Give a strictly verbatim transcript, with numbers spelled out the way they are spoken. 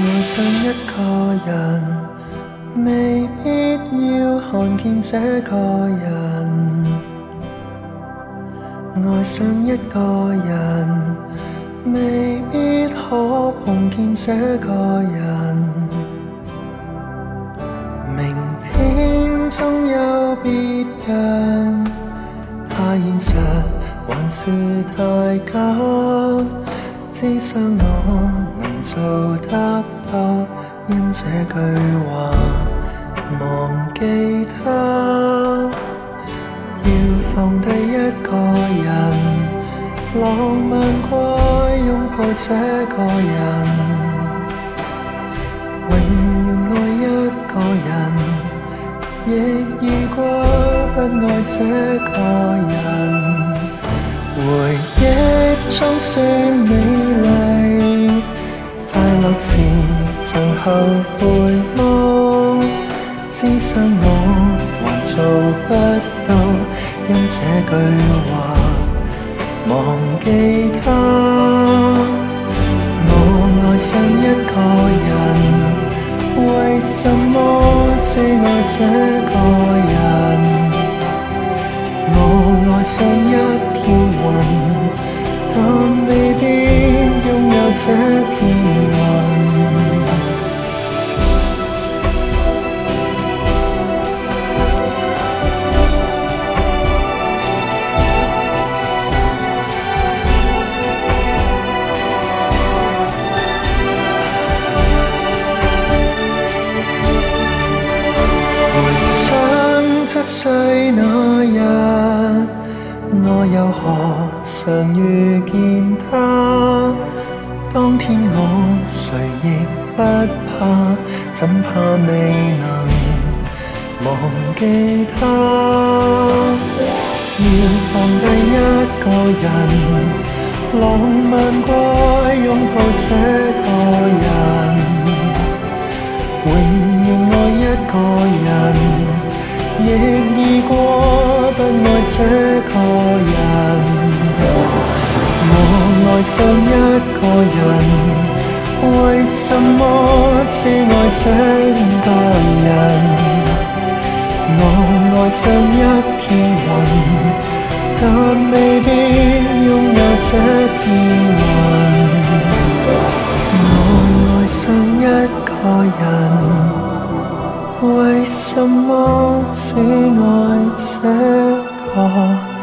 愛上一個人，未必要看見這個人。愛上一個人，未必可碰見這個人。明天總有別人，太現實還是太假，只想我能做得到，因這句話忘記他。要放低一個人，浪漫過擁抱這個人，永遠愛一個人，亦遇過不愛這個人。回憶中算美麗，快樂時曾後悔麼？只想我還做不到，因這句話忘記他。我愛上一個人，為什麼只愛這個人？我愛上一片雲，但未必擁有這片雲。七歲那日，我又何嘗遇見他？當天我誰亦不怕，怎怕未能忘記他？要放低一個人，浪漫過擁抱這個人，永遠愛一個人，亦遇過不愛這個人。我愛上一個人，為什麼只愛這個人？我愛上一片雲，但未必擁有這片雲。我愛上一個人，為什麼只愛這個